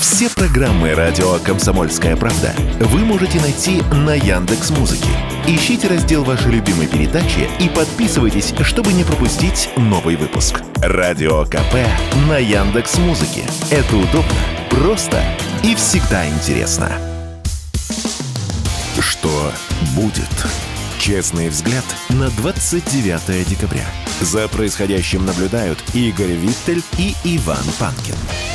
Все программы радио «Комсомольская правда» вы можете найти на Яндекс.Музыке. Ищите раздел вашей любимой передачи и подписывайтесь, чтобы не пропустить новый выпуск. Радио КП на Яндекс.Музыке. Это удобно, просто и всегда интересно. Что будет? Честный взгляд на 29 декабря. За происходящим наблюдают Игорь Виттель и Иван Панкин.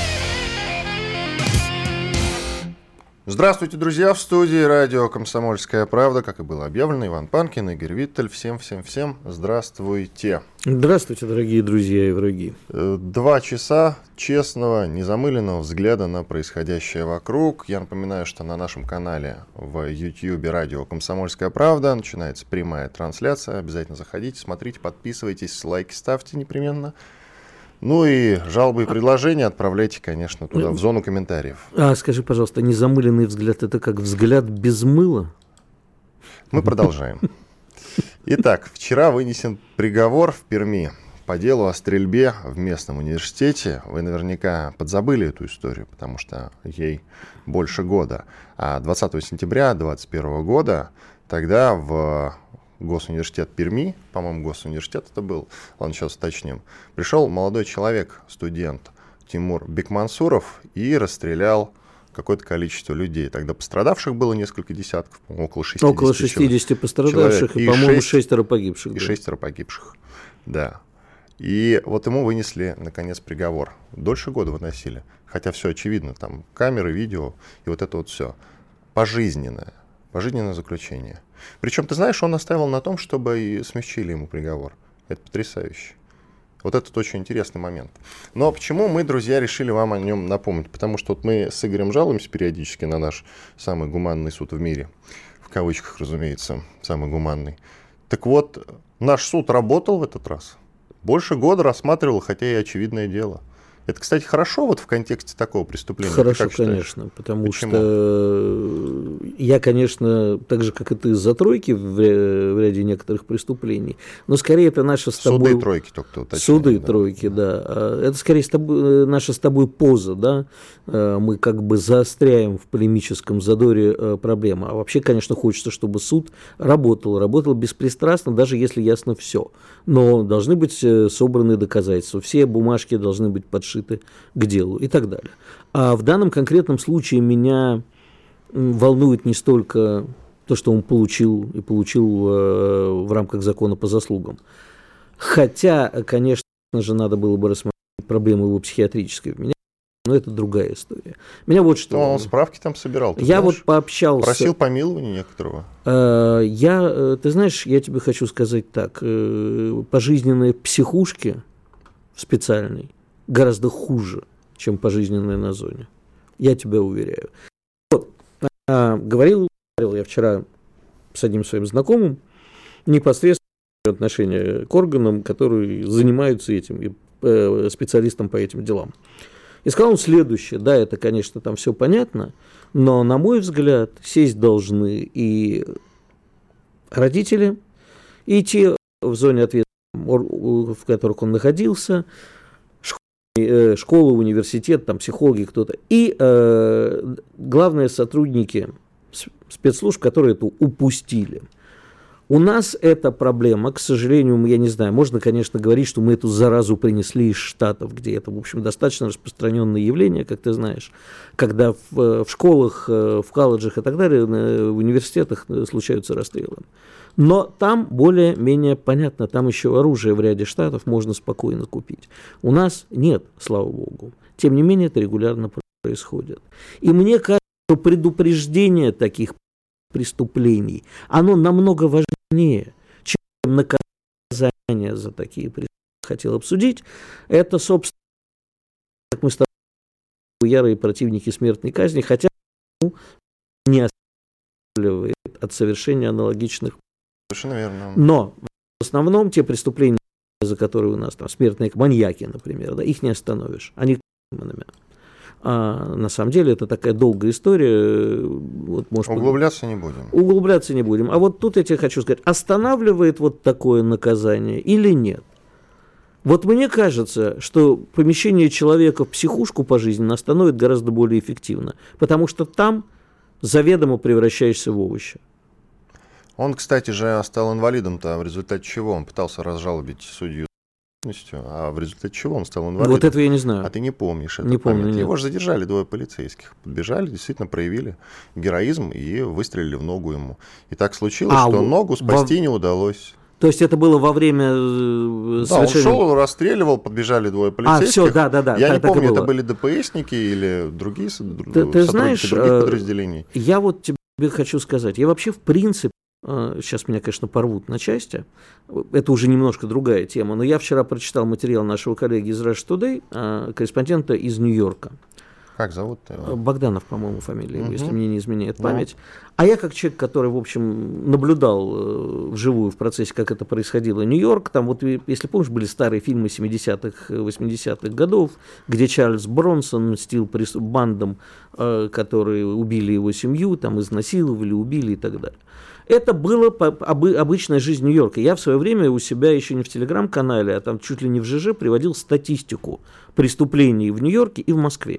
Здравствуйте, друзья! В студии радио «Комсомольская правда», как и было объявлено, Иван Панкин, Игорь Виттель. Всем здравствуйте! Здравствуйте, дорогие друзья и враги. 2 часа честного, незамыленного взгляда на происходящее вокруг. Я напоминаю, что на нашем канале в YouTube радио «Комсомольская правда» начинается прямая трансляция. Обязательно заходите, смотрите, подписывайтесь, лайки ставьте непременно. Ну и жалобы и предложения отправляйте, конечно, туда, в зону комментариев. Скажи, пожалуйста, незамыленный взгляд – это как взгляд без мыла? Мы продолжаем. Итак, вчера вынесен приговор в Перми по делу о стрельбе в местном университете. Вы наверняка подзабыли эту историю, потому что ей больше года. А 20 сентября 2021 года тогда в Госуниверситет Перми, по-моему, Госуниверситет это был, ладно, сейчас уточним, пришел молодой человек, студент Тимур Бекмансуров и расстрелял какое-то количество людей. Тогда пострадавших было несколько десятков, около 60. Около 60 пострадавших и, по-моему, 6 погибших. И 6 погибших, да. И вот ему вынесли, наконец, приговор. Дольше года выносили, хотя все очевидно, там камеры, видео и вот это вот все. Пожизненное заключение. Причем, ты знаешь, он настаивал на том, чтобы и смягчили ему приговор. Это потрясающе. Вот этот очень интересный момент. Но почему мы, друзья, решили вам о нем напомнить? Потому что вот мы с Игорем жалуемся периодически на наш самый гуманный суд в мире. В кавычках, разумеется, самый гуманный. Так вот, наш суд работал в этот раз. Больше года рассматривал, хотя и очевидное дело. Это, кстати, хорошо вот в контексте такого преступления? Хорошо, конечно, потому что я, конечно, так же, как и ты, за тройки в ряде некоторых преступлений, но скорее это наша с тобой... Суды и тройки, только уточним. Суды и тройки, да. Это скорее наша с тобой поза, да. Мы как бы заостряем в полемическом задоре проблемы. А вообще, конечно, хочется, чтобы суд работал беспристрастно, даже если ясно все. Но должны быть собраны доказательства, все бумажки должны быть подшиты к делу и так далее. А в данном конкретном случае меня волнует не столько то, что он получил в рамках закона по заслугам. Хотя, конечно же, надо было бы рассмотреть проблему его психиатрической. Но это другая история. Меня вот что... Но он справки там собирал. Я знаешь, вот пообщался... Просил помилования некоторого. Ты знаешь, я тебе хочу сказать так. Пожизненные психушки специальной гораздо хуже, чем пожизненные на зоне. Я тебя уверяю. Вот, говорил я вчера с одним своим знакомым непосредственно отношение к органам, которые занимаются этим, и специалистам по этим делам. И сказал он следующее: да, это, конечно, там все понятно, но, на мой взгляд, сесть должны и родители, и те в зоне ответственности, в которых он находился, школа, университет, там психологи, кто-то, и главные сотрудники спецслужб, которые это упустили. У нас эта проблема, к сожалению, я не знаю, можно, конечно, говорить, что мы эту заразу принесли из Штатов, где это, в общем, достаточно распространенное явление, как ты знаешь, когда в школах, в колледжах и так далее, в университетах случаются расстрелы. Но там более-менее понятно, там еще оружие в ряде штатов можно спокойно купить. У нас нет, слава богу. Тем не менее, это регулярно происходит. И мне кажется, что предупреждение таких преступлений, оно намного важнее, чем наказание за такие преступления. Хотел обсудить. Это, собственно, как мы с тобой ярые противники смертной казни, хотя не останавливает от совершения аналогичных. Совершенно верно. Но в основном те преступления, за которые у нас там смертные маньяки, например, да, их не остановишь. Они на самом деле это такая долгая история. Вот, может, углубляться не будем. Углубляться не будем. А вот тут я тебе хочу сказать, останавливает вот такое наказание или нет? Вот мне кажется, что помещение человека в психушку пожизненно становится гораздо более эффективно, потому что там заведомо превращаешься в овощи. Он, кстати же, стал инвалидом-то, в результате чего? Он пытался разжалобить судью, а в результате чего он стал инвалидом? Вот этого я не знаю. А ты не помнишь это? Не помню, нет. Его же задержали двое полицейских. Подбежали, действительно проявили героизм и выстрелили в ногу ему. И так случилось, что ногу спасти не удалось. То есть это было во время Да, он шел, расстреливал, подбежали двое полицейских. Все, да. Я не помню, это были ДПСники или другие ты знаешь, других подразделений. Я вот тебе хочу сказать, я вообще в принципе, сейчас меня, конечно, порвут на части, это уже немножко другая тема, но я вчера прочитал материал нашего коллеги из Russia Today, корреспондента из Нью-Йорка. Как зовут-то его? Богданов, по-моему, фамилия его, если мне не изменяет память. А я как человек, который, в общем, наблюдал вживую в процессе, как это происходило в Нью-Йорк, там вот, если помнишь, были старые фильмы 70-х, 80-х годов, где Чарльз Бронсон мстил бандам, которые убили его семью, там изнасиловали, убили и так далее. Это было обычная жизнь Нью-Йорка. Я в свое время у себя еще не в телеграм-канале, а там чуть ли не в ЖЖ приводил статистику преступлений в Нью-Йорке и в Москве.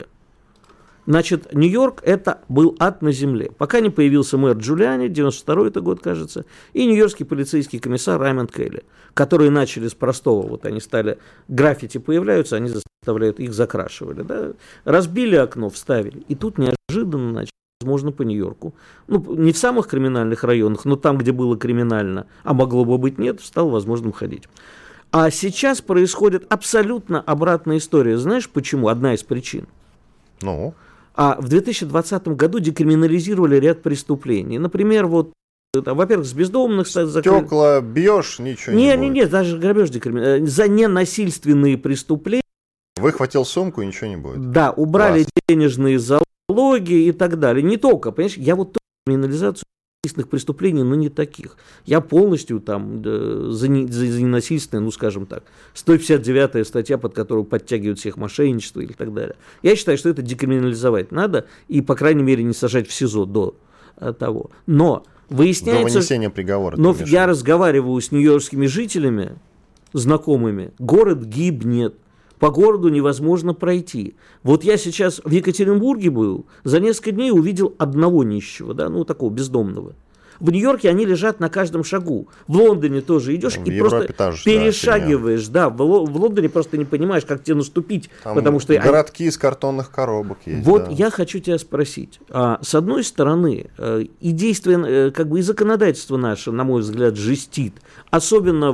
Значит, Нью-Йорк – это был ад на земле. Пока не появился мэр Джулиани, 92-й это год, кажется, и нью-йоркский полицейский комиссар Раймонд Келли, которые начали с простого, вот они стали, граффити появляются, они заставляют, их закрашивали, да? Разбили окно, вставили, и тут неожиданно начали, возможно, по Нью-Йорку, ну, не в самых криминальных районах, но там, где было криминально, а могло бы быть нет, стало возможным ходить. А сейчас происходит абсолютно обратная история. Знаешь почему? Одна из причин. Ну? А в 2020 году декриминализировали ряд преступлений. Например, вот, во-первых, с бездомных... Стекла бьешь, ничего не будет. Нет, даже грабеж декриминализировали. За ненасильственные преступления... Выхватил сумку, и ничего не будет. Да, убрали денежные залоги и так далее. Не только, понимаешь, я вот криминализацию насильственных преступлений, но не таких. Я полностью там за ненасильственное, ну, скажем так, 159-я статья, под которую подтягивают всех мошенничество или так далее. Я считаю, что это декриминализовать надо и, по крайней мере, не сажать в СИЗО до того. Но выясняется... До вынесения приговора. Но я разговариваю с нью-йоркскими жителями, знакомыми, город гибнет. По городу невозможно пройти. Вот я сейчас в Екатеринбурге был, за несколько дней увидел одного нищего, да, ну такого бездомного. В Нью-Йорке они лежат на каждом шагу. В Лондоне тоже идешь и просто перешагиваешь. Да, в Лондоне просто не понимаешь, как тебе наступить. Там потому что городки из картонных коробок есть. Вот да. Я хочу тебя спросить. С одной стороны, и действие, как бы и законодательство наше, на мой взгляд, жестит. Особенно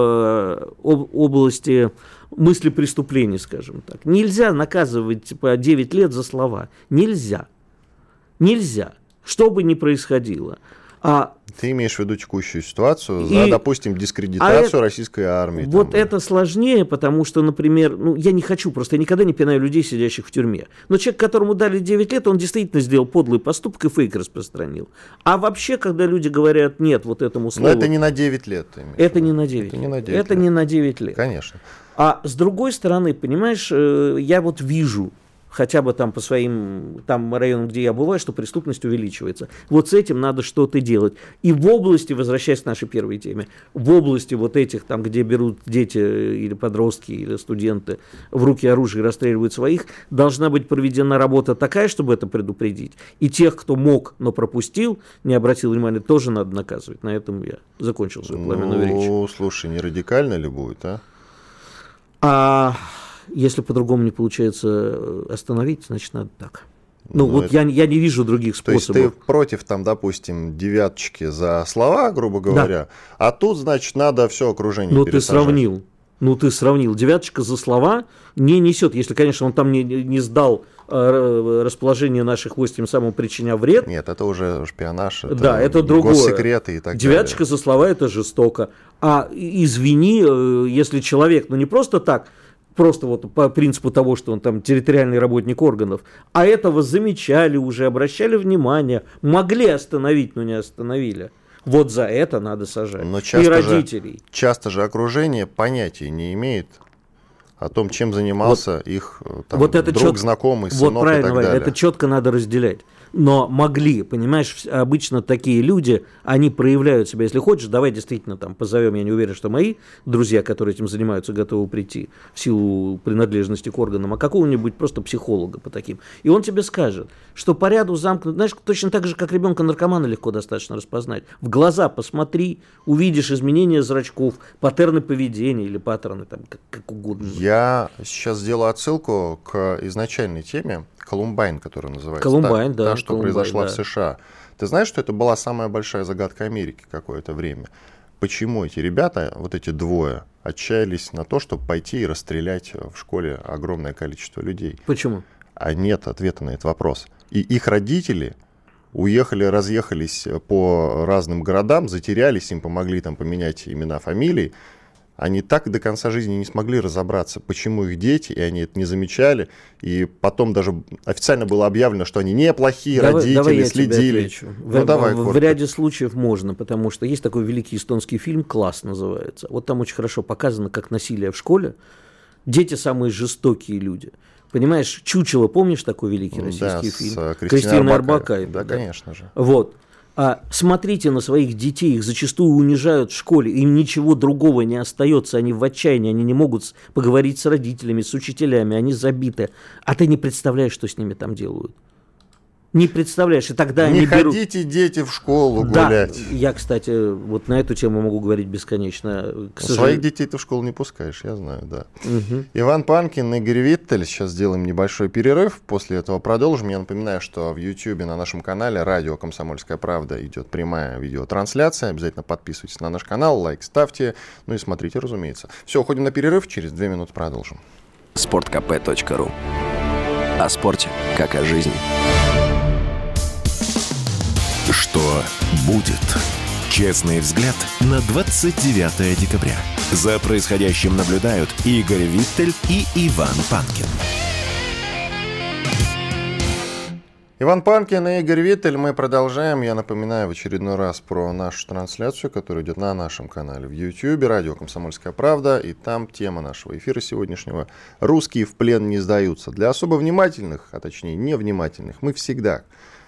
в области мысли преступлений, скажем так. Нельзя наказывать по 9 лет за слова. Нельзя. Нельзя. Что бы ни происходило. Ты имеешь в виду текущую ситуацию за, допустим, дискредитацию российской армии? Вот там, это сложнее, потому что, например, ну, я не хочу, просто я никогда не пинаю людей, сидящих в тюрьме. Но человек, которому дали 9 лет, он действительно сделал подлый поступок и фейк распространил. А вообще, когда люди говорят «нет» вот этому слову... Но это не на 9 лет. Это не на 9 лет. Это не на 9 лет. Конечно. А с другой стороны, понимаешь, я вот вижу... хотя бы там по своим там районам, где я бываю, что преступность увеличивается. Вот с этим надо что-то делать. И в области, возвращаясь к нашей первой теме, в области вот этих, там, где берут дети или подростки, или студенты в руки оружие и расстреливают своих, должна быть проведена работа такая, чтобы это предупредить. И тех, кто мог, но пропустил, не обратил внимания, тоже надо наказывать. На этом я закончил свою пламенную речь. Ну, слушай, не радикально ли будет, Если по-другому не получается остановить, значит, надо так. Ну, вот я не вижу других способов. То есть ты против, там, допустим, девяточки за слова, грубо говоря, да. А тут, значит, надо все окружение пересажать. Ты сравнил. Девяточка за слова не несет, если, конечно, он там не сдал расположение наших войск, тем самым причиня вред. Нет, это уже шпионаж, это другое. Госсекреты и так далее. Девяточка за слова – это жестоко. А извини, если человек, ну не просто так, просто вот по принципу того, что он там территориальный работник органов, а этого замечали уже, обращали внимание, могли остановить, но не остановили. Вот за это надо сажать. Но и родителей. Часто же окружение понятия не имеет о том, чем занимался их там, вот это друг, знакомый, сынок вот правильно, и так далее. Это четко надо разделять. Но могли, понимаешь, обычно такие люди, они проявляют себя, если хочешь, давай действительно там позовем, я не уверен, что мои друзья, которые этим занимаются, готовы прийти в силу принадлежности к органам, а какого-нибудь просто психолога по таким. И он тебе скажет, что по ряду замкнут, знаешь, точно так же, как ребенка-наркомана легко достаточно распознать. В глаза посмотри, увидишь изменения зрачков, паттерны поведения или паттерны, там, как угодно. Я сейчас сделаю отсылку к изначальной теме, Колумбайн, которая называется. Колумбайн, да. Та, что произошла в США. Ты знаешь, что это была самая большая загадка Америки какое-то время? Почему эти ребята, вот эти двое, отчаялись на то, чтобы пойти и расстрелять в школе огромное количество людей? Почему? А нет ответа на этот вопрос. И их родители уехали, разъехались по разным городам, затерялись, им помогли там поменять имена, фамилии. Они так до конца жизни не смогли разобраться, почему их дети, и они это не замечали. И потом даже официально было объявлено, что они неплохие родители, давай я следили. Тебе отвечу. В ряде случаев можно, потому что есть такой великий эстонский фильм «Класс» называется. Вот там очень хорошо показано, как насилие в школе. Дети самые жестокие люди. Понимаешь, «Чучело», помнишь такой великий российский фильм? С Кристиной Орбакайте. Да, конечно же. Вот. А смотрите на своих детей, их зачастую унижают в школе, им ничего другого не остается, они в отчаянии, они не могут поговорить с родителями, с учителями, они забиты. А ты не представляешь, что с ними там делают. Не представляешь, и тогда не они берут... ходите, дети, в школу Да, гулять. я, кстати, вот на эту тему могу говорить бесконечно. Своих детей ты в школу не пускаешь, я знаю, да. Иван Панкин, Игорь Виттель. Сейчас сделаем небольшой перерыв, после этого продолжим. Я напоминаю, что в YouTube на нашем канале «Радио Комсомольская правда» идет прямая видеотрансляция. Обязательно подписывайтесь на наш канал, лайк ставьте, ну и смотрите, разумеется. Все, уходим на перерыв, через 2 минуты продолжим. Sportkp.ru. О спорте, как о жизни. Что будет? Честный взгляд на 29 декабря. За происходящим наблюдают Игорь Виттель и Иван Панкин. Иван Панкин и Игорь Виттель. Мы продолжаем. Я напоминаю в очередной раз про нашу трансляцию, которая идет на нашем канале в YouTube, «Радио Комсомольская правда». И там тема нашего эфира сегодняшнего «Русские в плен не сдаются». Для особо внимательных, а точнее невнимательных, мы всегда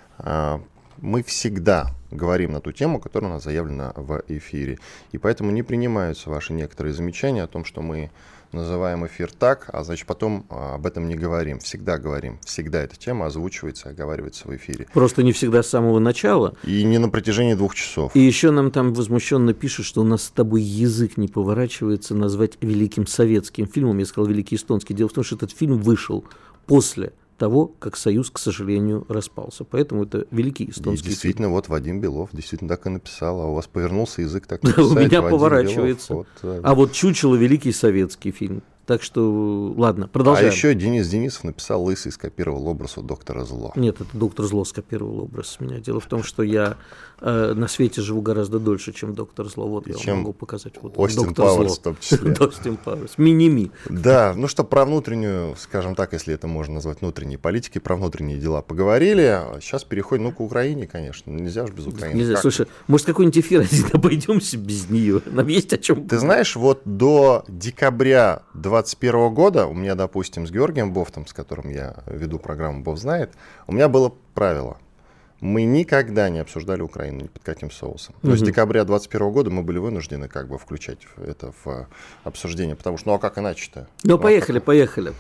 говорим на ту тему, которая у нас заявлена в эфире. И поэтому не принимаются ваши некоторые замечания о том, что мы называем эфир так, а значит потом об этом не говорим. Всегда говорим. Всегда эта тема озвучивается, оговаривается в эфире. Просто не всегда с самого начала. И не на протяжении 2 часов. И еще нам там возмущенно пишут, что у нас с тобой язык не поворачивается назвать великим советским фильмом. Я сказал великий эстонский. Дело в том, что этот фильм вышел после того, как Союз, к сожалению, распался. Поэтому это великий эстонский фильм. Действительно, вот Вадим Белов действительно так и написал. А у вас повернулся язык так написать. У меня Вадим поворачивается. Белов, вот, а вот «Чучело» великий советский фильм. Так что, ладно, продолжаем. А еще Денис Денисов написал «Лысый» скопировал образ у доктора Зло. Нет, это доктор Зло скопировал образ с меня. Дело в том, что я на свете живу гораздо дольше, чем доктор Зло. Вот я вам могу показать. Вот Остин Пауэрс в том числе. Остин Пауэрс. Мини-ми. Да, ну что, про внутреннюю, скажем так, если это можно назвать внутренней политикой, про внутренние дела поговорили. Сейчас переходим, к Украине, конечно. Нельзя же без Украины. Нельзя. Слушай, может, какой-нибудь эфир один обойдемся без нее? Нам есть о чем. Ты знаешь, вот до декабря 2021 года у меня, допустим, с Георгием Бофтом, с которым я веду программу «Бов знает», у меня было правило. Мы никогда не обсуждали Украину ни под каким соусом. То есть с декабря 2021 года мы были вынуждены включать это в обсуждение, потому что, а как иначе-то? Поехали.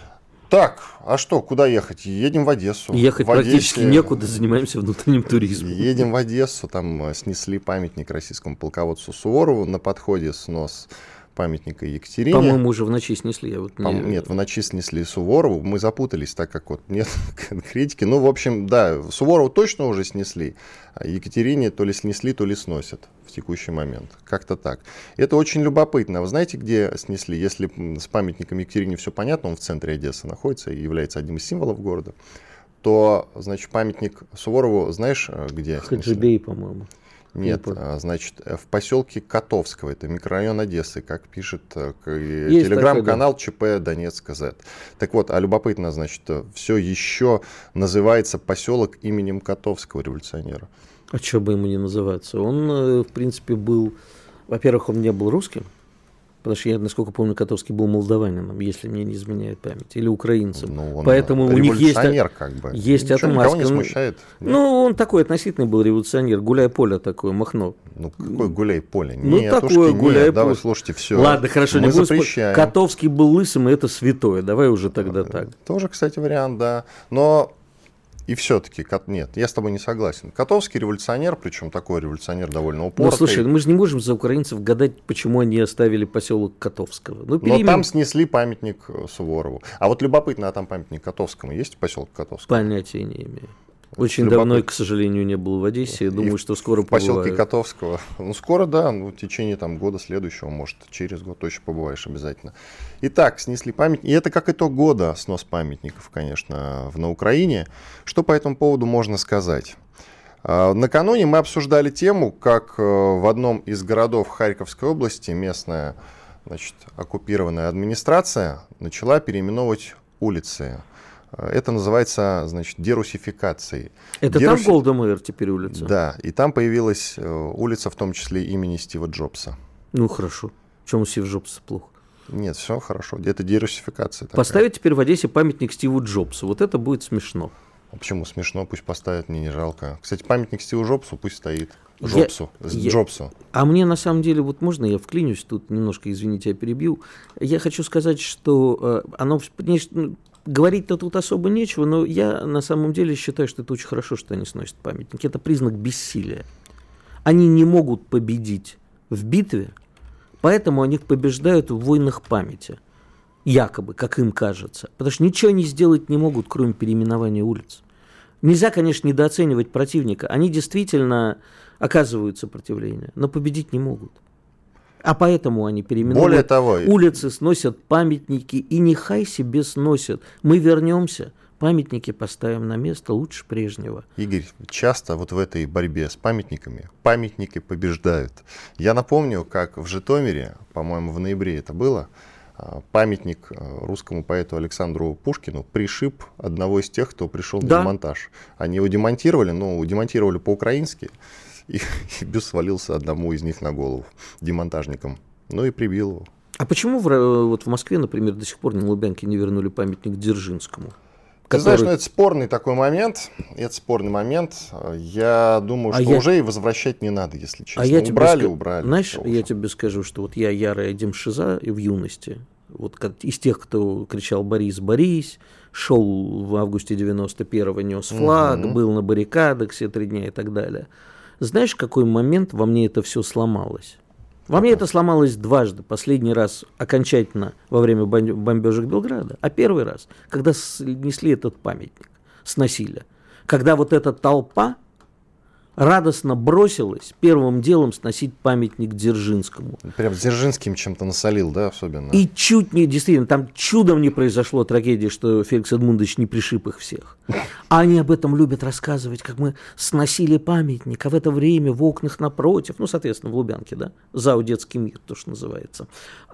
Так, а что, куда ехать? Едем в Одессу. Ехать практически некуда, занимаемся внутренним туризмом. Едем в Одессу, там снесли памятник российскому полководцу Суворову, на подходе снос памятника Екатерине. По-моему, уже в ночи снесли. Нет, в ночи снесли Суворову. Мы запутались, так как нет конкретики. В общем, да, Суворову точно уже снесли, а Екатерине то ли снесли, то ли сносят в текущий момент. Как-то так. Это очень любопытно. Вы знаете, где снесли? Если с памятником Екатерине все понятно, он в центре Одессы находится и является одним из символов города, то, значит, памятник Суворову, знаешь, где снесли? Хаджибей, по-моему. Нет, значит, в поселке Котовского, это микрорайон Одессы, как пишет телеграм-канал ЧП Донецк ЗЭТ. Так вот, любопытно, значит, все еще называется поселок именем Котовского революционера. А что бы ему не называться? Он, в принципе, был, во-первых, он не был русским, Потому что я, насколько помню, Котовский был молдаванином, если мне не изменяет память, или украинцем. Ну, он Поэтому у них есть как бы. Есть Ничего отмазка. Никого не смущает. Ну, он такой относительный был революционер, гуляй-поле такое, Махно. Ну, какой гуляй-поле? Ну, Нет, такое гуляй-поле. Давай, слушайте, все. Ладно, хорошо, мы не будем запрещаем. Котовский был лысым, и это святое. Давай уже тогда так. Тоже, кстати, вариант, да. Но и все-таки, нет, я с тобой не согласен. Котовский революционер, причем такой революционер довольно упорный. Ну, слушай, мы же не можем за украинцев гадать, почему они оставили поселок Котовского. Но там снесли памятник Суворову. А вот любопытно, а там памятник Котовскому есть, поселок Котовского? Понятия не имею. Очень давно, к сожалению, не был в Одессе. Думаю, что скоро побываю. В поселке Котовского. Ну, скоро, да. Ну, в течение там, года следующего, может, через год точно побываешь обязательно. Итак, снесли памятник. И это как итог года снос памятников, конечно, на Украине. Что по этому поводу можно сказать? Накануне мы обсуждали тему, как в одном из городов Харьковской области местная, значит, оккупированная администрация начала переименовывать улицы. Это называется, значит, дерусификацией. Это там Голда Меир теперь улица? Да, и там появилась улица, в том числе имени Стива Джобса. Ну, хорошо. В чем у Стива Джобса плохо? Нет, все хорошо. Это дерусификация. Поставить теперь в Одессе памятник Стиву Джобсу. Вот это будет смешно. А почему смешно? Пусть поставят, мне не жалко. Кстати, памятник Стиву Джобсу пусть стоит. Джобсу. А мне на самом деле, вот можно я вклинюсь тут немножко, извините, я перебью. Я хочу сказать, что оно, конечно, говорить-то тут особо нечего, но я на самом деле считаю, что это очень хорошо, что они сносят памятники. Это признак бессилия. Они не могут победить в битве, поэтому они побеждают в войнах памяти. Якобы, как им кажется. Потому что ничего они сделать не могут, кроме переименования улиц. Нельзя, конечно, недооценивать противника. Они действительно оказывают сопротивление, но победить не могут. А поэтому они переименовывают улицы, сносят памятники, и нехай себе сносят. Мы вернемся, памятники поставим на место лучше прежнего. Игорь, часто вот в этой борьбе с памятниками памятники побеждают. Я напомню, как в Житомире, по-моему, в ноябре это было, памятник русскому поэту Александру Пушкину пришиб одного из тех, кто пришел на демонтаж. Они его демонтировали, но демонтировали по-украински. И бюст свалился одному из них на голову, демонтажникам. Ну и прибил его. А почему вот в Москве, например, до сих пор на Лубянке не вернули памятник Дзержинскому? Ты знаешь, ну, это спорный такой момент. Я думаю, что уже и возвращать не надо, если честно. Убрали. Знаешь, я тебе скажу, что вот я ярая демшиза в юности. Вот из тех, кто кричал «Борис, Борис», шел в августе 91-го, нес флаг, был на баррикадах все 3 дня и так далее. Знаешь, в какой момент во мне это все сломалось? Во мне это сломалось дважды. Последний раз окончательно во время бомбежек Белграда, а первый раз, когда снесли этот памятник, сносили. Когда вот эта толпа радостно бросилась первым делом сносить памятник Дзержинскому. Прям Дзержинским чем-то насолил, да, особенно? И чуть не, действительно, там чудом не произошло трагедии, что Феликс Эдмундович не пришиб их всех. А они об этом любят рассказывать, как мы сносили памятник, а в это время в окнах напротив, ну, соответственно, в Лубянке, да, ЗАО «Детский мир», то, что называется,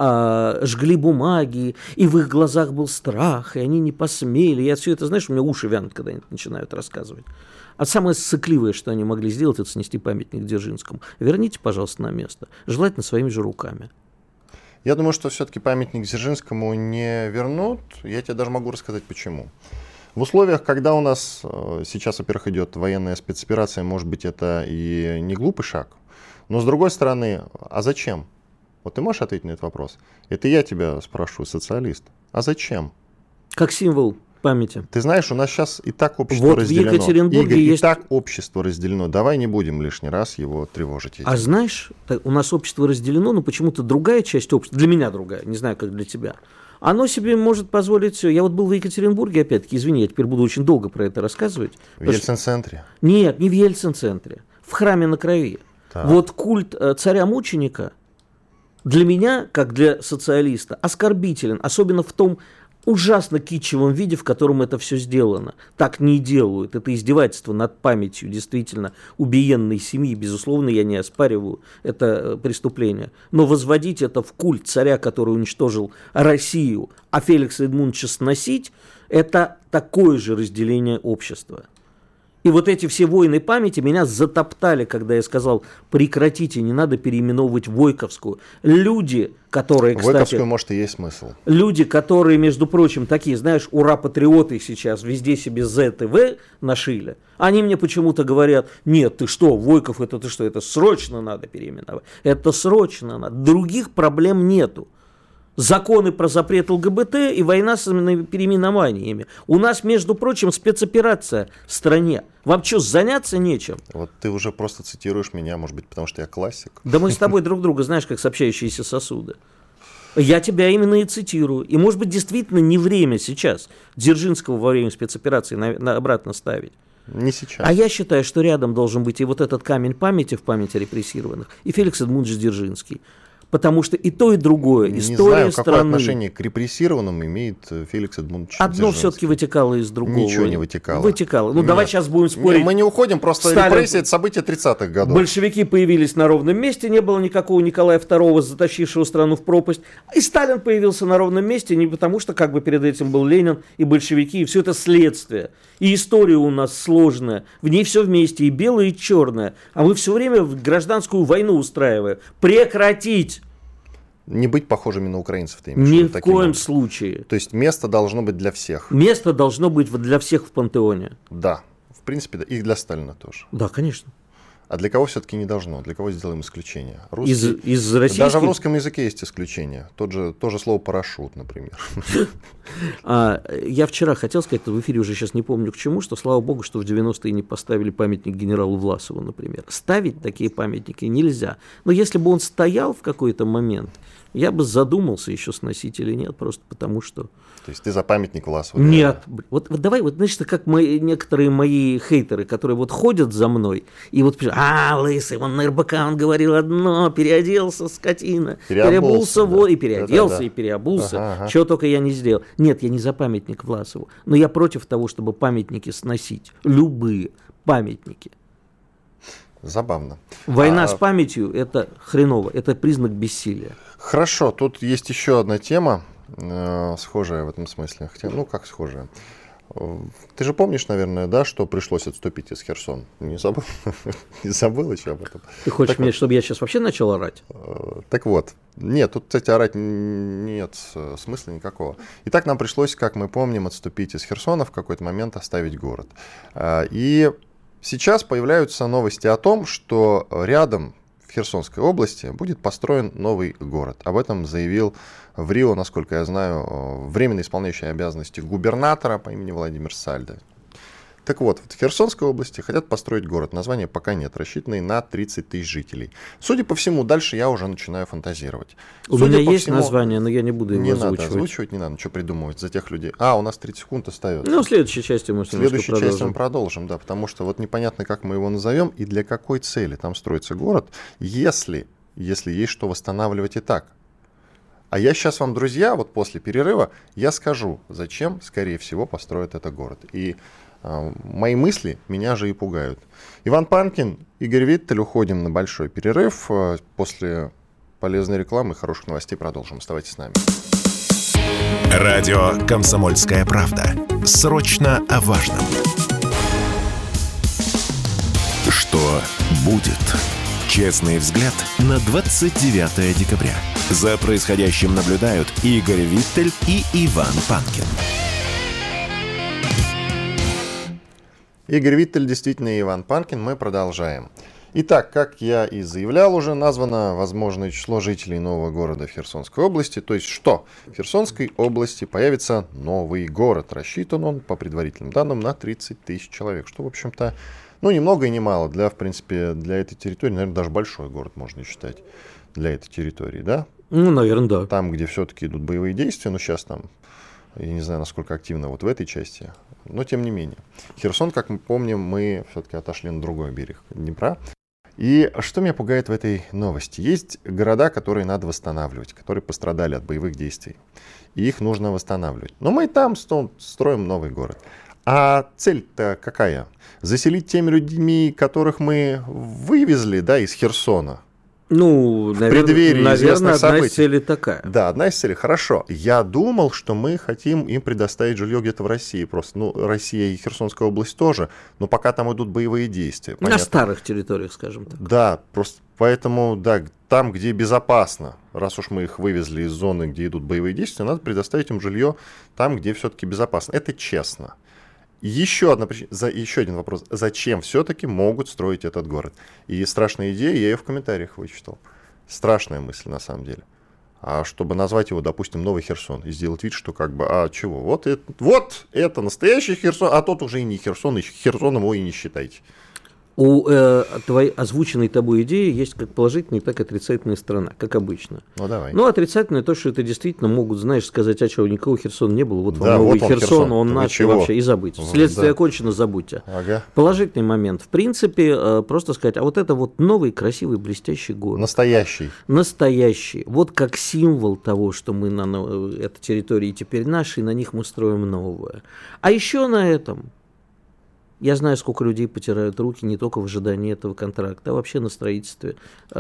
жгли бумаги, и в их глазах был страх, и они не посмели. Я все это, знаешь, у меня уши вянут, когда они начинают рассказывать. А самое сыкливое, что они могли сделать, это снести памятник Дзержинскому. Верните, пожалуйста, на место. Желательно своими же руками. Я думаю, что все-таки памятник Дзержинскому не вернут. Я тебе даже могу рассказать, почему. В условиях, когда у нас сейчас, во-первых, идет военная спецоперация, может быть, это и не глупый шаг. Но, с другой стороны, а зачем? Вот ты можешь ответить на этот вопрос? Это я тебя спрашиваю, социалист. А зачем? Как символ памяти. Ты знаешь, у нас сейчас и так общество разделено. В Екатеринбурге Игорь, есть... и так общество разделено. Давай не будем лишний раз его тревожить. А знаешь, у нас общество разделено, но почему-то другая часть общества, для меня другая, не знаю, как для тебя, оно себе может позволить все. Я вот был в Екатеринбурге, опять-таки, извини, я теперь буду очень долго про это рассказывать. В Ельцин-центре? Нет, не в Ельцин-центре, в храме на Крови. Так. Вот культ царя-мученика для меня, как для социалиста, оскорбителен, особенно в том ужасно китчевом виде, в котором это все сделано. Так не делают. Это издевательство над памятью действительно убиенной семьи. Безусловно, я не оспариваю это преступление. Но возводить это в культ царя, который уничтожил Россию, а Феликса Эдмундовича сносить, это такое же разделение общества. И вот эти все войны памяти меня затоптали, когда я сказал, прекратите, не надо переименовывать Войковскую. Люди, которые, кстати... Войковскую, может, и есть смысл. Люди, которые, между прочим, такие, знаешь, ура-патриоты сейчас, везде себе Z и В нашили, они мне почему-то говорят, нет, ты что, Войков, это ты что, это срочно надо переименовать. Это срочно надо. Других проблем нету. Законы про запрет ЛГБТ и война с переименованиями. У нас, между прочим, спецоперация в стране. Вам что, заняться нечем? Вот ты уже просто цитируешь меня, может быть, потому что я классик. Да мы с тобой друг друга, знаешь, как сообщающиеся сосуды. Я тебя именно и цитирую. И, может быть, действительно не время сейчас Дзержинского во время спецоперации обратно ставить. Не сейчас. А я считаю, что рядом должен быть и вот этот камень памяти в памяти репрессированных, и Феликс Эдмундович Дзержинский. Потому что и то, и другое. Не История знаю, страны. какое отношение к репрессированным имеет Феликс Эдмундович Одно Дзержинский. все-таки вытекало из другого. Ничего не вытекало. Вытекало. Ну, Нет. давай сейчас будем спорить. Мы не уходим, просто Сталин- репрессии — это события 30-х годов. Большевики появились на ровном месте, не было никакого Николая II, затащившего страну в пропасть. И Сталин появился на ровном месте не потому, что как бы перед этим был Ленин и большевики, и все это следствие. И история у нас сложная, в ней все вместе, и белое, и черное. А мы все время гражданскую войну устраиваем. Прекратить! Не быть похожими на украинцев, ты имеешь в Ни виду в таким коем образом. случае. То есть место должно быть для всех. Место должно быть для всех в пантеоне. Да, в принципе, да. И для Сталина тоже. Да, конечно. А для кого все-таки не должно? Для кого сделаем исключение? Из российских... Даже в русском языке есть исключение. То же слово «парашют», например. Я вчера хотел сказать, в эфире уже сейчас не помню к чему, что слава богу, что в 90-е не поставили памятник генералу Власову, например. Ставить такие памятники нельзя. Но если бы он стоял в какой-то момент, я бы задумался, еще сносить или нет, просто потому что... То есть ты за памятник Власову? Нет. Вот давай, вот знаешь, как некоторые мои хейтеры, которые вот ходят за мной, и вот пишут, лысый, он на РБК, он говорил одно, переоделся, скотина, переобулся, да. и переоделся, Да-да-да. и переобулся, Ага. чего только я не сделал. Нет, я не за памятник Власову, но я против того, чтобы памятники сносить, любые памятники. Забавно. Война с памятью – это хреново, это признак бессилия. Хорошо, тут есть еще одна тема, схожая в этом смысле. Хотя, как схожая? Ты же помнишь, наверное, да, что пришлось отступить из Херсона? Не забыл? Не забыл еще об этом? Ты хочешь чтобы я сейчас вообще начал орать? Так вот. Нет, тут, кстати, орать нет смысла никакого. Итак, нам пришлось, как мы помним, отступить из Херсона, в какой-то момент оставить город. И сейчас появляются новости о том, что рядом в Херсонской области будет построен новый город. Об этом заявил в Рио, насколько я знаю, временно исполняющий обязанности губернатора по имени Владимир Сальдо. Так вот, в Херсонской области хотят построить город. Названия пока нет, рассчитанный на 30 тысяч жителей. Судя по всему, дальше я уже начинаю фантазировать. У меня есть название, но я не буду его не озвучивать. Надо озвучивать, не надо, что придумывать за тех людей. У нас 30 секунд остается. В следующей части мы В следующей части мы продолжим, да, потому что вот непонятно, как мы его назовем и для какой цели там строится город, если есть что восстанавливать и так. А я сейчас вам, друзья, вот после перерыва, я скажу, зачем, скорее всего, построят этот город. И мои мысли меня же и пугают. Иван Панкин, Игорь Виттель, уходим на большой перерыв. После полезной рекламы и хороших новостей продолжим. Оставайтесь с нами. Радио «Комсомольская правда». Срочно о важном. Что будет? Честный взгляд на 29 декабря. За происходящим наблюдают Игорь Виттель и Иван Панкин. Игорь Виттель, действительно, и Иван Панкин. Мы продолжаем. Итак, как я и заявлял уже, названо возможное число жителей нового города в Херсонской области. То есть что? В Херсонской области появится новый город. Рассчитан он, по предварительным данным, на 30 тысяч человек. Что, в общем-то, ни много и ни мало. В принципе, для этой территории, наверное, даже большой город можно считать для этой территории, да? Наверное, да. Там, где все-таки идут боевые действия, сейчас там, я не знаю, насколько активно вот в этой части, но тем не менее. Херсон, как мы помним, мы все-таки отошли на другой берег Днепра. И что меня пугает в этой новости? Есть города, которые надо восстанавливать, которые пострадали от боевых действий. И их нужно восстанавливать. Но мы там строим новый город. А цель-то какая? Заселить теми людьми, которых мы вывезли, из Херсона. Ну, преддверии наверное, известных одна событий. из целей такая. Да, одна из целей. Хорошо. Я думал, что мы хотим им предоставить жилье где-то в России просто. Ну, Россия и Херсонская область тоже, но пока там идут боевые действия. На понятно. старых территориях, скажем так. Да, просто поэтому, да, там, где безопасно, раз уж мы их вывезли из зоны, где идут боевые действия, надо предоставить им жилье там, где все-таки безопасно. Это честно. Еще один вопрос. Зачем все-таки могут строить этот город? И страшная идея, я ее в комментариях вычитал. Страшная мысль, на самом деле. А чтобы назвать его, допустим, Новый Херсон, и сделать вид, что как бы, чего, вот это настоящий Херсон, а тот уже и не Херсон, и Херсоном его и не считайте. У твоей озвученной тобой идеи есть как положительная, так и отрицательная сторона, как обычно. Ну, давай. Ну, отрицательное то, что это действительно могут, знаешь, сказать, чего никакого Херсона не было, вот Да, вам новый вот он, Херсон, он Вы наш, и чего? вообще, и забыть. Вот, Следствие да. окончено, забудьте. Ага. Положительный момент. В принципе, просто сказать, а вот это вот новый, красивый, блестящий город. Настоящий. Настоящий. Вот как символ того, что мы на этой территории теперь наши, и на них мы строим новое. А еще на этом... Я знаю, сколько людей потирают руки не только в ожидании этого контракта, а вообще на строительстве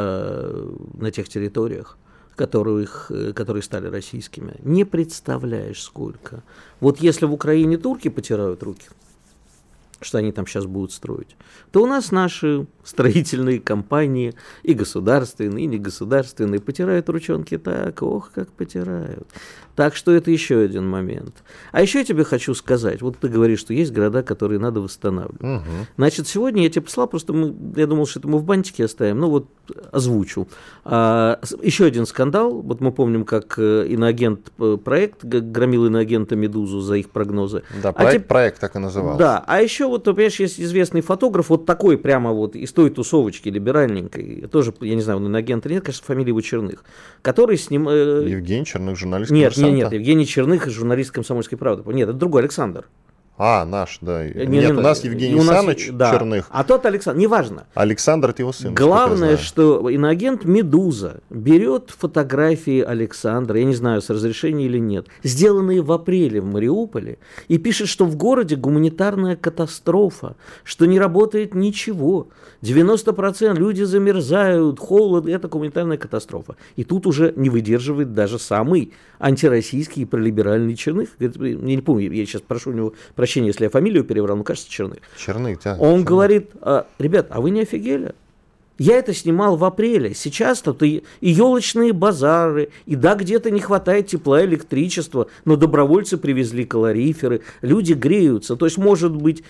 на тех территориях, которые стали российскими. Не представляешь, сколько. Вот если в Украине турки потирают руки, что они там сейчас будут строить, то у нас наши строительные компании, и государственные, и негосударственные, потирают ручонки так, ох, как потирают. Так что это еще один момент. А еще я тебе хочу сказать, вот ты говоришь, что есть города, которые надо восстанавливать. Угу. Значит, сегодня я тебе послал, просто я думал, что это мы в бантике оставим, ну вот озвучу. Еще один скандал, вот мы помним, как иноагент проект громил иноагента «Медузу» за их прогнозы. Да, проект так и назывался. Да, а еще вот, понимаешь, есть известный фотограф, вот такой прямо вот из той тусовочки либеральненькой, тоже, я не знаю, он иноагент или нет, конечно, фамилия его Черных, который снимает... Евгений Черных, журналист Нет, «Коммерсанта». Евгений Черных, журналист «Комсомольской правды». Нет, это другой Александр. Наш, да. Нет, у нас Евгений Саныч Черных. А тот Александр, неважно. Александр — это его сын. Главное, что иноагент «Медуза» берет фотографии Александра, я не знаю, с разрешения или нет, сделанные в апреле в Мариуполе, и пишет, что в городе гуманитарная катастрофа, что не работает ничего, 90% люди замерзают, холод, это гуманитарная катастрофа. И тут уже не выдерживает даже самый антироссийский и пролиберальный Черных. Я не помню, я сейчас прошу у него прощения, если я фамилию переврал, но кажется, Черных. Черных, да. Он говорит, ребят, а вы не офигели? Я это снимал в апреле. Сейчас-то и елочные базары, и да, где-то не хватает тепла, электричества, но добровольцы привезли калориферы, люди греются. То есть, может быть,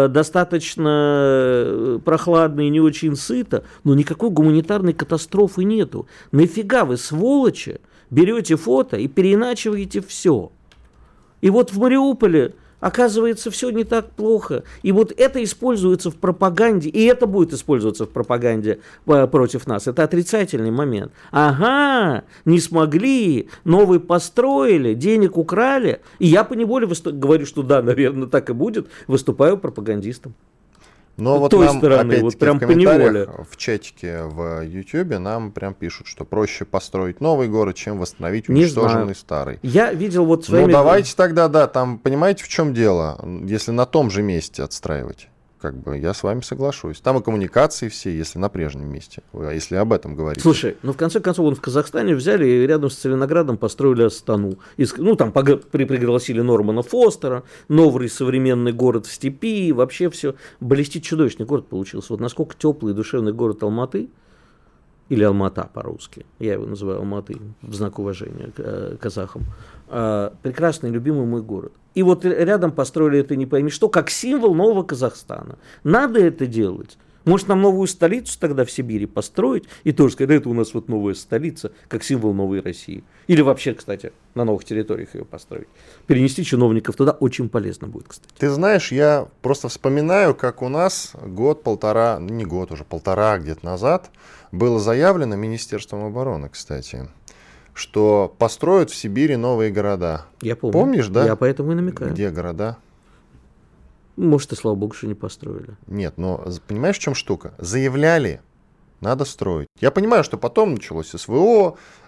достаточно прохладно и не очень сыто, но никакой гуманитарной катастрофы нету. Нафига вы, сволочи, берете фото и переиначиваете все? И вот в Мариуполе... Оказывается, все не так плохо. И вот это используется в пропаганде, и это будет использоваться в пропаганде против нас. Это отрицательный момент. Ага, не смогли, новый построили, денег украли. И я поневоле говорю, что да, наверное, так и будет, выступаю пропагандистом. Но вот той нам, стороны, опять-таки, вот прям в комментариях поневоле. в чатике в Ютьюбе нам прям пишут, что проще построить новый город, чем восстановить Не уничтоженный знаю. старый. Я видел вот своими... Ну, давайте тогда, да, там, понимаете, в чем дело? Если на том же месте отстраивать, как бы, я с вами соглашусь. Там и коммуникации все, если на прежнем месте, если об этом говорить. Слушай, ну в конце концов, в Казахстане взяли и рядом с Целиноградом построили Астану. Ну, там пригласили Нормана Фостера, новый современный город в степи, вообще все. Блестит чудовищный город получился. Вот насколько теплый и душевный город Алматы, или Алмата по-русски, я его называю Алматы в знак уважения к казахам, прекрасный, любимый мой город. И вот рядом построили это не пойми что, как символ нового Казахстана. Надо это делать. Может, нам новую столицу тогда в Сибири построить и тоже сказать, это у нас вот новая столица, как символ новой России. Или вообще, кстати, на новых территориях ее построить. Перенести чиновников туда очень полезно будет, кстати. Ты знаешь, я просто вспоминаю, как у нас год-полтора, не год уже, полтора где-то назад было заявлено Министерством обороны, кстати, что построят в Сибири новые города. Я помню. Помнишь, да? Я поэтому и намекаю. Где города? Может, и слава богу, что не построили. Нет, но понимаешь, в чем штука? Заявляли, надо строить. Я понимаю, что потом началось СВО,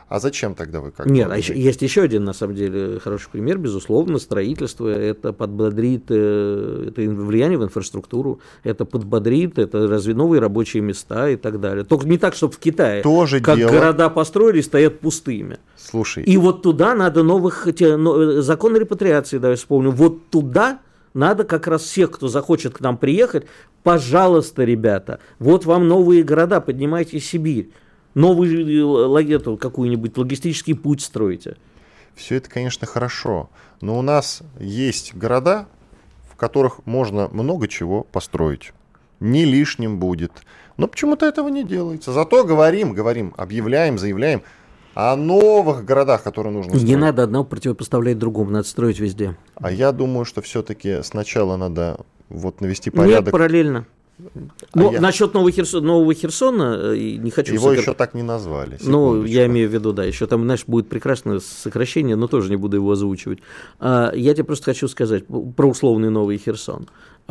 А зачем тогда вы как? Нет, есть еще один, на самом деле, хороший пример. Безусловно, строительство, это подбодрит, это влияние в инфраструктуру, это подбодрит, это новые рабочие места и так далее. Только не так, чтобы в Китае, тоже как дело. Города построили, стоят пустыми. Слушай. И вот туда надо закон о репатриации, давай вспомним, вот туда надо как раз всех, кто захочет к нам приехать, пожалуйста, ребята, вот вам новые города, поднимайте Сибирь. Новый какой-нибудь логистический путь строите. Все это, конечно, хорошо, но у нас есть города, в которых можно много чего построить. Не лишним будет. Но почему-то этого не делается. Зато говорим, объявляем, заявляем о новых городах, которые нужно строить. Не надо одного противопоставлять другому, надо строить везде. А я думаю, что все-таки сначала надо навести порядок. Нет, параллельно. Насчет Нового Херсона, не хочу... Его еще так не назвали. Ну, я имею в виду, да, еще там, знаешь, будет прекрасное сокращение, но тоже не буду его озвучивать. Я тебе просто хочу сказать про условный Новый Херсон.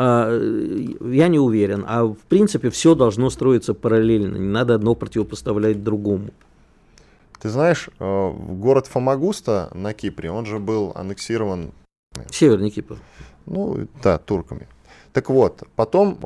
Я не уверен, в принципе все должно строиться параллельно, не надо одно противопоставлять другому. Ты знаешь, город Фамагуста на Кипре, он же был аннексирован... Северный Кипр. Ну, да, турками. Так вот, потом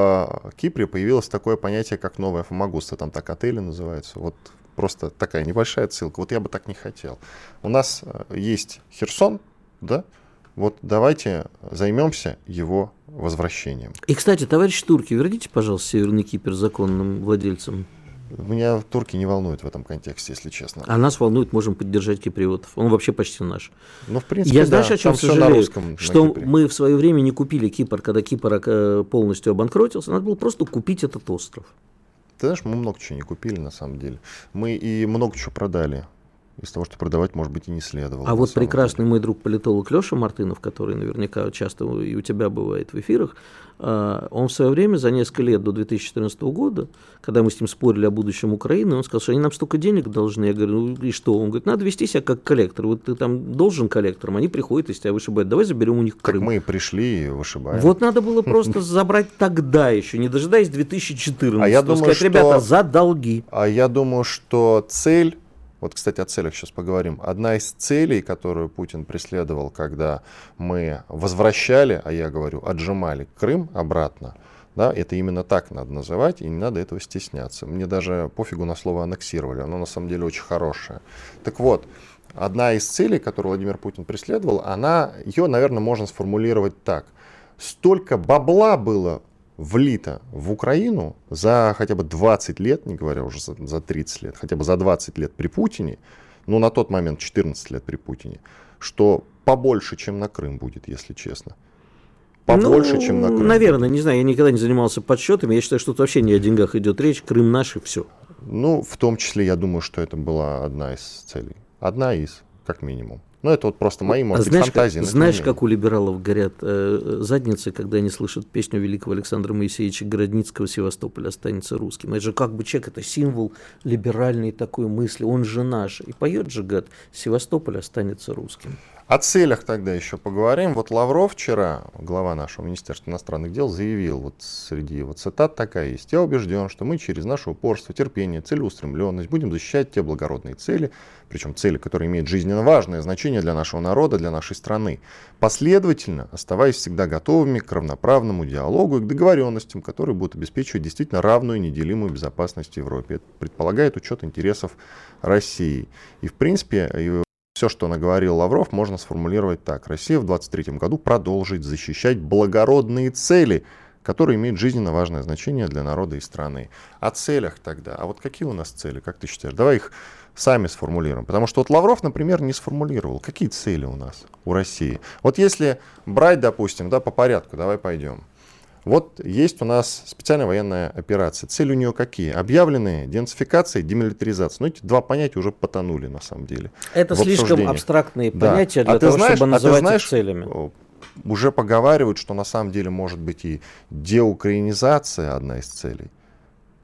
в Кипре появилось такое понятие, как Новая Фамагуста. Там так отели называются. Вот просто такая небольшая ссылка. Вот я бы так не хотел. У нас есть Херсон, да? Вот давайте займемся его возвращением. И, кстати, товарищ турки, верните, пожалуйста, Северный Кипр законным владельцам. Меня турки не волнуют в этом контексте, если честно. А нас волнует, можем поддержать киприотов. Он вообще почти наш. Ну, в принципе, я знаешь, о чем сожалею? Что на мы в свое время не купили Кипр, когда Кипр полностью обанкротился. Надо было просто купить этот остров. Ты знаешь, мы много чего не купили, на самом деле. Мы и много чего продали. Из того, что продавать, может быть, и не следовало. А вот прекрасный мой друг политолог Леша Мартынов, который наверняка часто и у тебя бывает в эфирах, он в свое время, за несколько лет до 2014 года, когда мы с ним спорили о будущем Украины, он сказал, что они нам столько денег должны. Я говорю, ну и что? Он говорит, надо вести себя как коллектор. Вот ты там должен коллектором, они приходят из тебя вышибают. Давай заберем у них Крым. Так мы пришли и вышибаем. Вот надо было просто забрать тогда еще, не дожидаясь 2014. А я думаю, сказать, ребята, за долги. А я думаю, что цель... Вот, кстати, о целях сейчас поговорим. Одна из целей, которую Путин преследовал, когда мы возвращали, а я говорю, отжимали Крым обратно, да, это именно так надо называть, и не надо этого стесняться. Мне даже пофигу на слово аннексировали, оно на самом деле очень хорошее. Так вот, одна из целей, которую Владимир Путин преследовал, ее, наверное, можно сформулировать так. Столько бабла было влито в Украину за хотя бы 20 лет, не говоря уже за 30 лет, хотя бы за 20 лет при Путине, ну на тот момент 14 лет при Путине, что побольше, чем на Крым будет, если честно. Побольше, чем на Крым. Наверное, не знаю, я никогда не занимался подсчетами, я считаю, что тут вообще не о деньгах идет речь, Крым наш и все. Ну, в том числе, я думаю, что это была одна из целей. Одна из, как минимум. Ну, это вот просто мои, может быть, фантазии. Знаешь, как у либералов горят задницы, когда они слышат песню великого Александра Моисеевича Городницкого «Севастополь останется русским». Это же как бы человек, это символ либеральной такой мысли, он же наш. И поет же, гад, «Севастополь останется русским». О целях тогда еще поговорим. Вот Лавров вчера, глава нашего Министерства иностранных дел, заявил, вот среди цитат такая есть: «Я убежден, что мы через наше упорство, терпение, целеустремленность будем защищать те благородные цели, причем цели, которые имеют жизненно важное значение для нашего народа, для нашей страны, последовательно оставаясь всегда готовыми к равноправному диалогу и к договоренностям, которые будут обеспечивать действительно равную и неделимую безопасность в Европе». Это предполагает учет интересов России. И в принципе, все, что наговорил Лавров, можно сформулировать так. Россия в 2023 году продолжит защищать благородные цели, которые имеют жизненно важное значение для народа и страны. О целях тогда. А вот какие у нас цели, как ты считаешь? Давай их сами сформулируем. Потому что вот Лавров, например, не сформулировал. Какие цели у нас, у России? Вот если брать, допустим, да, по порядку, давай пойдем. Вот есть у нас специальная военная операция. Цели у нее какие? Объявленные денацификация и демилитаризация. Но эти два понятия уже потонули на самом деле. Это слишком абстрактные понятия для того, чтобы называть их целями. Уже поговаривают, что на самом деле может быть и деукраинизация одна из целей.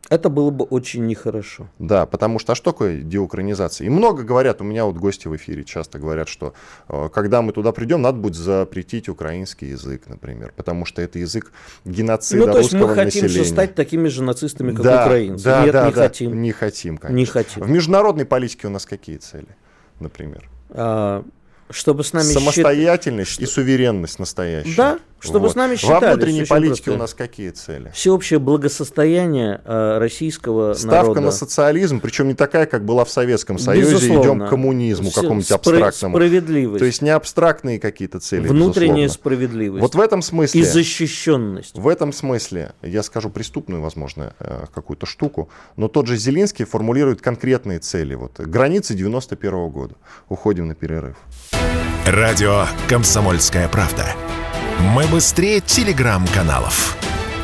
Это было бы очень нехорошо. Да, потому что, а что такое деукраинизация? И много говорят, у меня вот гости в эфире часто говорят, что когда мы туда придем, надо будет запретить украинский язык, например, потому что это язык геноцида русского населения. То есть мы хотим стать такими же нацистами, как украинцы. Да, Нет, да, не да, хотим. Не хотим, конечно. Не хотим. В международной политике у нас какие цели, например? Чтобы с нами самостоятельность и суверенность настоящая. Да, чтобы с нами считались. Во внутренней политике у нас какие цели? Всеобщее благосостояние российского Ставка народа. на социализм, причем не такая, как была в Советском Союзе, Безусловно. идем к коммунизму какому-нибудь абстрактному. Справедливость. То есть не абстрактные какие-то цели, внутренняя безусловно. справедливость. Вот в этом смысле... И защищенность. В этом смысле, я скажу преступную, возможно, какую-то штуку, но тот же Зеленский формулирует конкретные цели. Вот, границы 91 года. Уходим на перерыв. Радио «Комсомольская правда». Мы быстрее телеграм-каналов.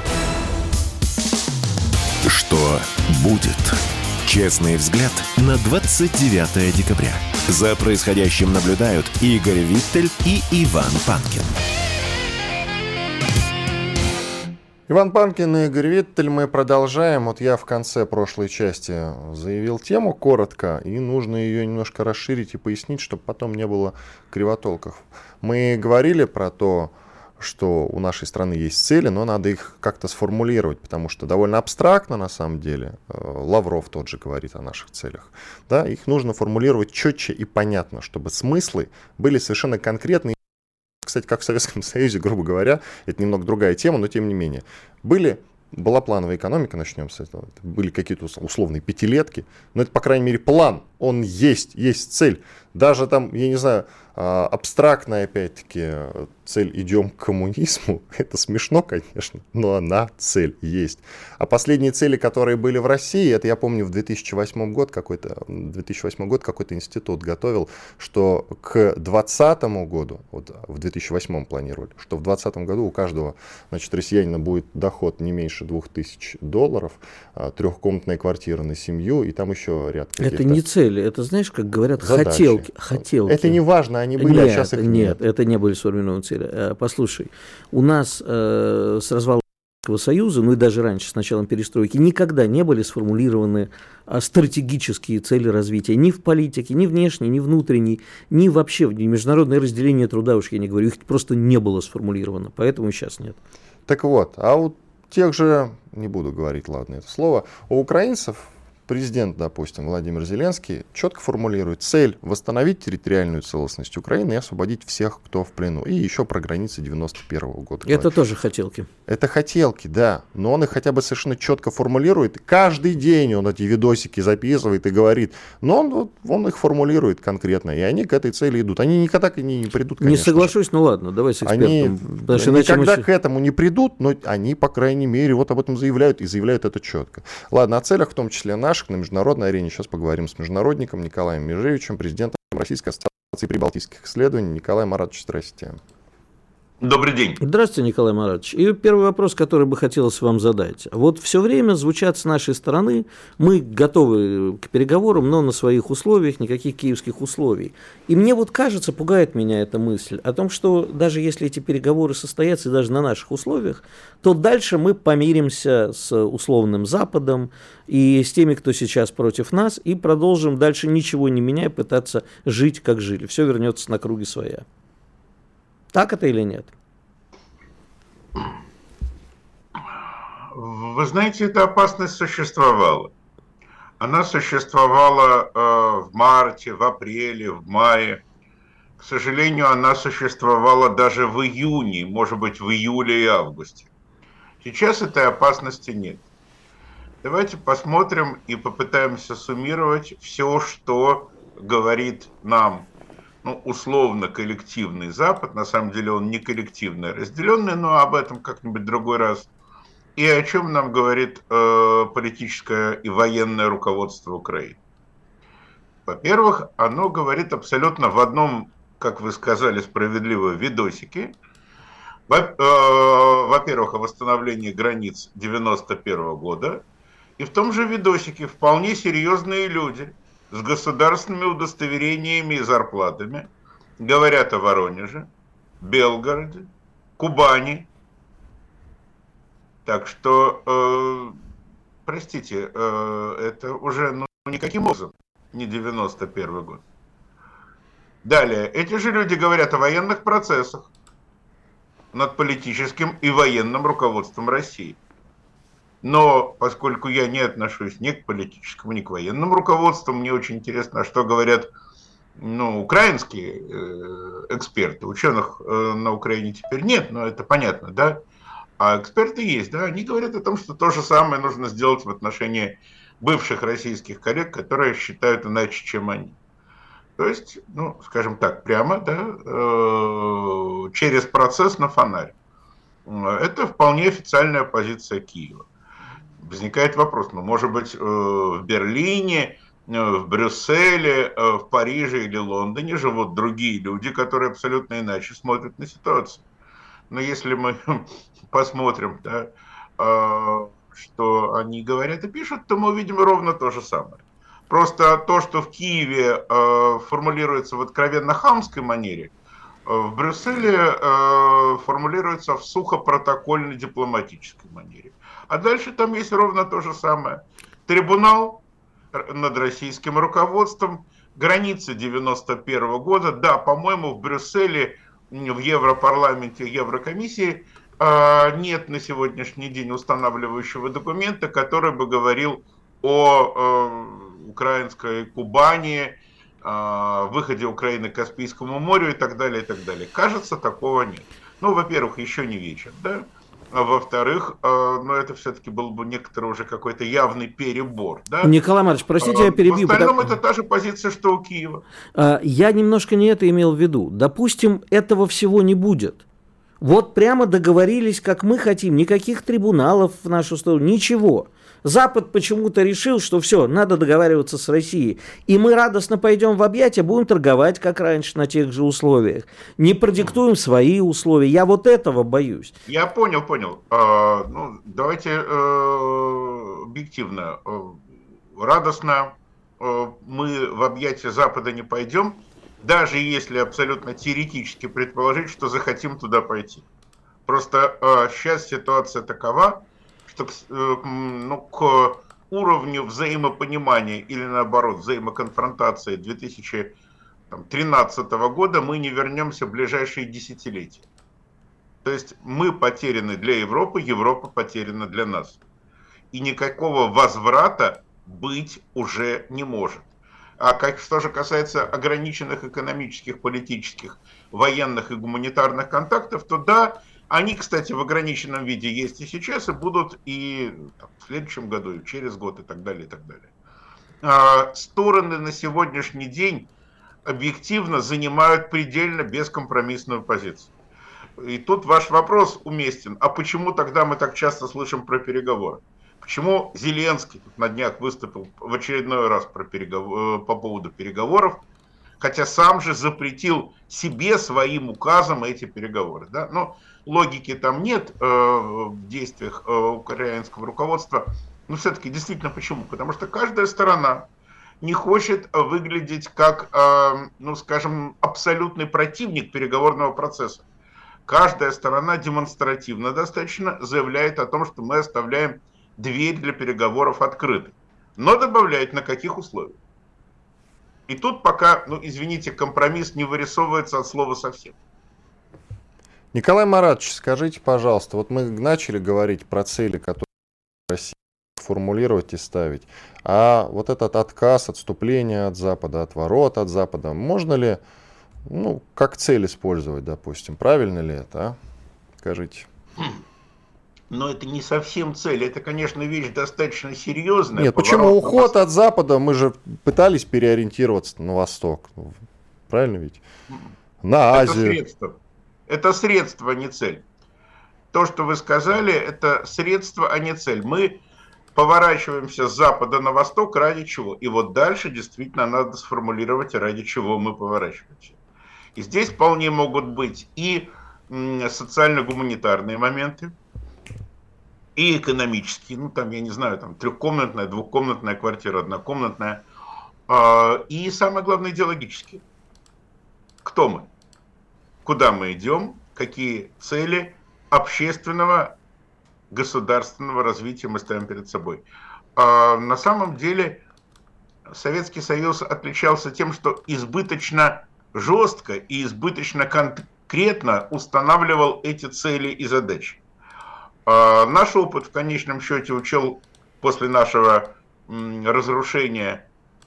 Что будет? Честный взгляд на 29 декабря. За происходящим наблюдают Игорь Виттель и Иван Панкин. Иван Панкин и Игорь Виттель, мы продолжаем. Вот я в конце прошлой части заявил тему коротко, и нужно ее немножко расширить и пояснить, чтобы потом не было кривотолков. Мы говорили про то, что у нашей страны есть цели, но надо их как-то сформулировать, потому что довольно абстрактно на самом деле. Лавров тот же говорит о наших целях. Да, их нужно формулировать четче и понятно, чтобы смыслы были совершенно конкретны. Кстати, как в Советском Союзе, грубо говоря, это немного другая тема, но тем не менее. Была плановая экономика, начнем с этого. Были какие-то условные пятилетки, но это, по крайней мере, план, он есть цель. Даже там, я не знаю, абстрактная, опять-таки, цель «идем к коммунизму», это смешно, конечно, но она, цель, есть. А последние цели, которые были в России, это, я помню, в 2008 год какой-то институт готовил, что к 2020 году, вот в 2008 планировали, что в 2020 году у каждого, значит, россиянина будет доход не меньше $2000, трехкомнатная квартира на семью, и там еще ряд каких-то... Это не цели, это, знаешь, как говорят, задачи. хотелки. Это не важно, они были, а сейчас их нет. Нет, это не были сформированы цели. Послушай, у нас с развалом Советского Союза, ну и даже раньше, с началом перестройки, никогда не были сформулированы стратегические цели развития ни в политике, ни внешней, ни внутренней, ни вообще в международное разделение труда, уж я не говорю, их просто не было сформулировано, поэтому и сейчас нет. Так вот, а у тех же, не буду говорить, ладно, это слово, у украинцев президент, допустим, Владимир Зеленский четко формулирует цель восстановить территориальную целостность Украины и освободить всех, кто в плену. И еще про границы 91 года. Это говорит. Тоже хотелки. Это хотелки, да. Но он их хотя бы совершенно четко формулирует. Каждый день он эти видосики записывает и говорит. Но он их формулирует конкретно. И они к этой цели идут. Они никогда к ней не придут, конечно. Не соглашусь, ну ладно, давай с экспертом. Они никогда к этому не придут, но они, по крайней мере, вот об этом заявляют. И заявляют это четко. Ладно, о целях, в том числе наших, на международной арене. Сейчас поговорим с международником Николаем Межевичем, президентом Российской ассоциации прибалтийских исследований. Николай Маратович, здравствуйте. Добрый день. Здравствуйте, Николай Маратович. И первый вопрос, который бы хотелось вам задать. Вот все время звучат с нашей стороны, мы готовы к переговорам, но на своих условиях, никаких киевских условий. И мне вот кажется, пугает меня эта мысль о том, что даже если эти переговоры состоятся, и даже на наших условиях, то дальше мы помиримся с условным Западом и с теми, кто сейчас против нас, и продолжим дальше, ничего не меняя, пытаться жить, как жили. Все вернется на круги своя. Так это или нет? Вы знаете, эта опасность существовала. Она существовала в марте, в апреле, в мае. К сожалению, она существовала даже в июне, может быть, в июле и августе. Сейчас этой опасности нет. Давайте посмотрим и попытаемся суммировать все, что говорит нам, условно коллективный Запад, на самом деле он не коллективный, а разделенный, но об этом как-нибудь в другой раз. И о чем нам говорит политическое и военное руководство Украины. Во-первых, оно говорит абсолютно в одном, как вы сказали, справедливо, видосике. Во-первых, о восстановлении границ 91 года. И в том же видосике вполне серьезные люди с государственными удостоверениями и зарплатами говорят о Воронеже, Белгороде, Кубани. Так что простите, это уже никаким образом не 91 год. Далее, эти же люди говорят о военных процессах над политическим и военным руководством России. Но поскольку я не отношусь ни к политическому, ни к военному руководству, мне очень интересно, что говорят украинские эксперты. Ученых на Украине теперь нет, но это понятно, да? А эксперты есть, да? Они говорят о том, что то же самое нужно сделать в отношении бывших российских коллег, которые считают иначе, чем они. То есть, скажем так, прямо, да, через процесс на фонарь. Это вполне официальная позиция Киева. Возникает вопрос, может быть, в Берлине, в Брюсселе, в Париже или Лондоне живут другие люди, которые абсолютно иначе смотрят на ситуацию. Но если мы посмотрим, да, что они говорят и пишут, то мы увидим ровно то же самое. Просто то, что в Киеве формулируется в откровенно хамской манере, в Брюсселе формулируется в сухо-протокольной дипломатической манере. А дальше там есть ровно то же самое. Трибунал над российским руководством, границы 91 года. Да, по-моему, в Брюсселе, в Европарламенте, Еврокомиссии нет на сегодняшний день устанавливающего документа, который бы говорил о украинской Кубани, выходе Украины к Каспийскому морю и так далее, и так далее. Кажется, такого нет. Во-первых, еще не вечер, да? А во-вторых, это все-таки был бы некоторый уже какой-то явный перебор, да? Николай Маркович, простите, я перебью. В остальном это та же позиция, что у Киева. Я немножко не это имел в виду. Допустим, этого всего не будет. Вот прямо договорились, как мы хотим, никаких трибуналов в нашу сторону, ничего. Запад почему-то решил, что все, надо договариваться с Россией. И мы радостно пойдем в объятия, будем торговать, как раньше, на тех же условиях. Не продиктуем свои условия. Я вот этого боюсь. Я понял. Давайте объективно. Радостно мы в объятия Запада не пойдем, даже если абсолютно теоретически предположить, что захотим туда пойти. Просто сейчас ситуация такова, что к уровню взаимопонимания или наоборот взаимоконфронтации 2013 года мы не вернемся в ближайшие десятилетия. То есть мы потеряны для Европы, Европа потеряна для нас. И никакого возврата быть уже не может. А что же касается ограниченных экономических, политических, военных и гуманитарных контактов, то да, они, кстати, в ограниченном виде есть и сейчас, и будут и в следующем году, и через год, и так далее, и так далее. Стороны на сегодняшний день объективно занимают предельно бескомпромиссную позицию. И тут ваш вопрос уместен. А почему тогда мы так часто слышим про переговоры? Почему Зеленский тут на днях выступил в очередной раз по поводу переговоров, хотя сам же запретил себе своим указом эти переговоры? Да? Но логики там нет в действиях украинского руководства. Но все-таки действительно почему? Потому что каждая сторона не хочет выглядеть как, скажем, абсолютный противник переговорного процесса. Каждая сторона демонстративно достаточно заявляет о том, что мы оставляем дверь для переговоров открытой. Но добавляет на каких условиях. И тут пока, извините, компромисс не вырисовывается от слова совсем. Николай Маратович, скажите, пожалуйста, вот мы начали говорить про цели, которые Россия формулировать и ставить, а вот этот отказ, отступление от Запада, отворот от Запада, можно ли, как цель использовать, допустим, правильно ли это, а? Скажите. Но это не совсем цель, это, конечно, вещь достаточно серьезная. Нет, почему уход от Запада, мы же пытались переориентироваться на Восток, правильно ведь? На Азию. Это средство, а не цель. То, что вы сказали, это средство, а не цель. Мы поворачиваемся с запада на восток ради чего? И вот дальше действительно надо сформулировать, ради чего мы поворачиваемся. И здесь вполне могут быть и социально-гуманитарные моменты, и экономические, я не знаю, трехкомнатная, двухкомнатная квартира, однокомнатная, и самое главное идеологические. Кто мы? Куда мы идем, какие цели общественного, государственного развития мы ставим перед собой. на самом деле Советский Союз отличался тем, что избыточно жестко и избыточно конкретно устанавливал эти цели и задачи. Наш опыт в конечном счете учел после нашего разрушения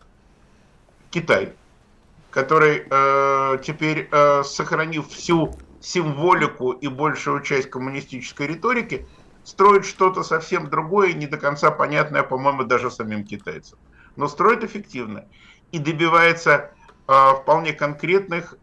Китай, который теперь, сохранив всю символику и большую часть коммунистической риторики, строит что-то совсем другое, не до конца понятное, по-моему, даже самим китайцам. Но строит эффективно и добивается вполне конкретных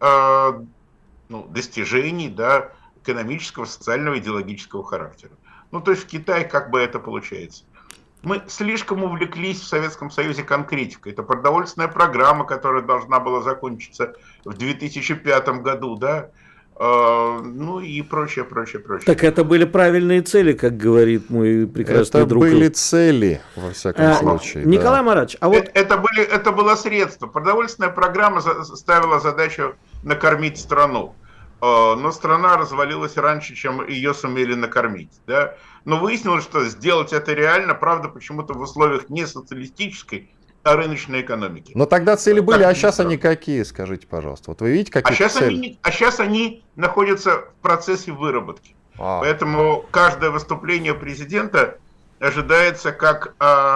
достижений, да, экономического, социального, идеологического характера. Ну, то есть в Китае как бы это получается. Мы слишком увлеклись в Советском Союзе конкретикой. Это продовольственная программа, которая должна была закончиться в 2005 году, да, ну и прочее. Так это были правильные цели, как говорит мой прекрасный друг. Это были цели, во всяком случае. Николай Маратович, а вот... Это было средство. Продовольственная программа ставила задачу накормить страну. Но страна развалилась раньше, чем ее сумели накормить. Да? Но выяснилось, что сделать это реально, правда, почему-то в условиях не социалистической, а рыночной экономики. Но тогда цели были, а сейчас они какие, скажите, пожалуйста? Вот вы видите, какие цели? Сейчас они находятся в процессе выработки. Поэтому каждое выступление президента ожидается как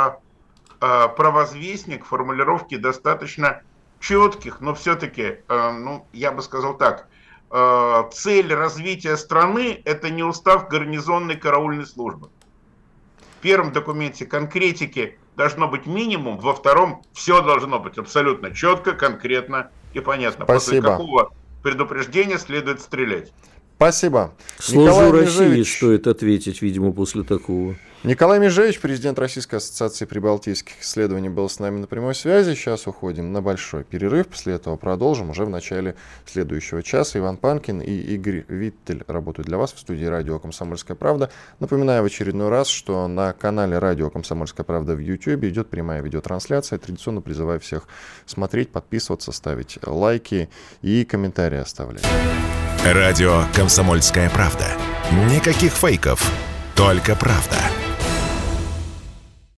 провозвестник формулировки достаточно четких, но все-таки, я бы сказал так, цель развития страны – это не устав гарнизонной караульной службы. В первом документе конкретики должно быть минимум, во втором все должно быть абсолютно четко, конкретно и понятно. Спасибо. После какого предупреждения следует стрелять. Спасибо. Сложу России стоит ответить, видимо, после такого. Николай Межевич, президент Российской ассоциации прибалтийских исследований, был с нами на прямой связи. Сейчас уходим на большой перерыв. После этого продолжим уже в начале следующего часа. Иван Панкин и Игорь Виттель работают для вас в студии радио «Комсомольская правда». Напоминаю в очередной раз, что на канале радио «Комсомольская правда» в YouTube идет прямая видеотрансляция. Традиционно призываю всех смотреть, подписываться, ставить лайки и комментарии оставлять. Радио «Комсомольская правда». Никаких фейков, только правда.